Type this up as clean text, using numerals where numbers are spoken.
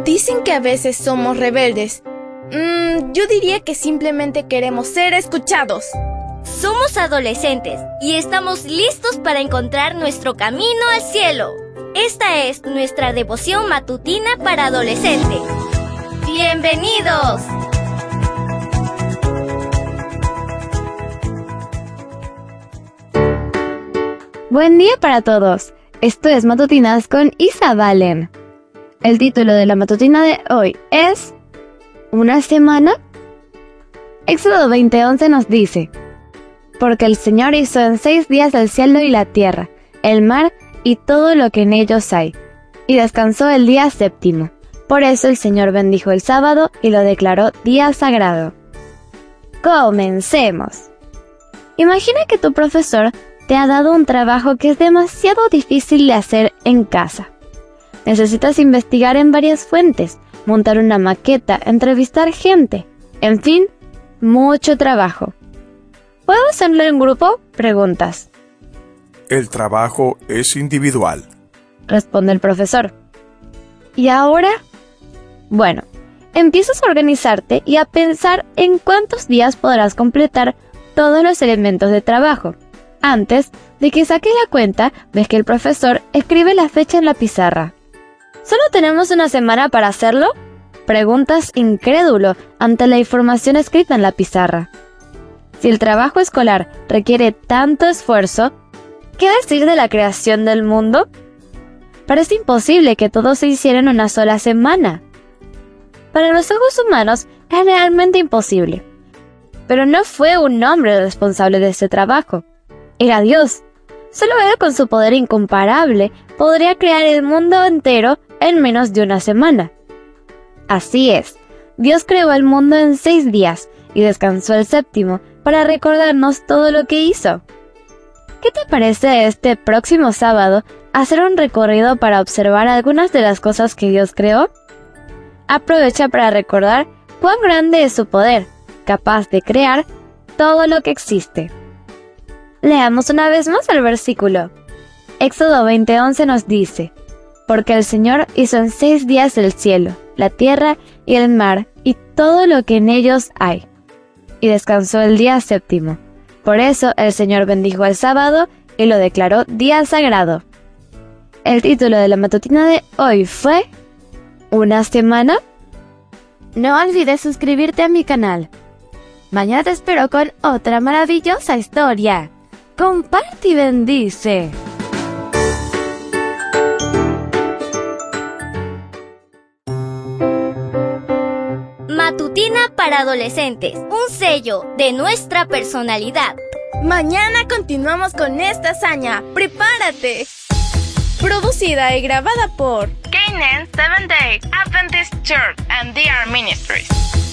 Dicen que a veces somos rebeldes. Yo diría que simplemente queremos ser escuchados. Somos adolescentes y estamos listos para encontrar nuestro camino al cielo. Esta es nuestra devoción matutina para adolescentes. ¡Bienvenidos! Buen día para todos. Esto es Matutinas con Isa Valen. El título de la matutina de hoy es ¿Una semana? Éxodo 20:11 nos dice: Porque el Señor hizo en 6 días el cielo y la tierra, el mar y todo lo que en ellos hay, y descansó el día séptimo. Por eso el Señor bendijo el sábado y lo declaró día sagrado. Comencemos. Imagina que tu profesor te ha dado un trabajo que es demasiado difícil de hacer en casa. Necesitas investigar en varias fuentes, montar una maqueta, entrevistar gente, en fin, mucho trabajo. ¿Puedo hacerlo en grupo?, preguntas. El trabajo es individual, responde el profesor. ¿Y ahora? Bueno, empiezas a organizarte y a pensar en cuántos días podrás completar todos los elementos de trabajo. Antes de que saques la cuenta, ves que el profesor escribe la fecha en la pizarra. ¿Solo tenemos una semana para hacerlo?, preguntas incrédulo ante la información escrita en la pizarra. Si el trabajo escolar requiere tanto esfuerzo, ¿qué decir de la creación del mundo? Parece imposible que todo se hiciera en una sola semana. Para los ojos humanos es realmente imposible. Pero no fue un hombre el responsable de ese trabajo. Era Dios. Solo Él, con su poder incomparable, podría crear el mundo entero en menos de una semana. Así es, Dios creó el mundo en 6 días y descansó el séptimo para recordarnos todo lo que hizo. ¿Qué te parece este próximo sábado hacer un recorrido para observar algunas de las cosas que Dios creó? Aprovecha para recordar cuán grande es su poder, capaz de crear todo lo que existe. Leamos una vez más el versículo. Éxodo 20:11 nos dice: Porque el Señor hizo en 6 días el cielo, la tierra y el mar y todo lo que en ellos hay, y descansó el día séptimo. Por eso el Señor bendijo el sábado y lo declaró día sagrado. El título de la matutina de hoy fue ¿Una semana? No olvides suscribirte a mi canal. Mañana te espero con otra maravillosa historia. Comparte y bendice. Matutina para adolescentes, un sello de nuestra personalidad. Mañana continuamos con esta hazaña. ¡Prepárate! Producida y grabada por Canaan Seventh-day Adventist Church and DR Ministries.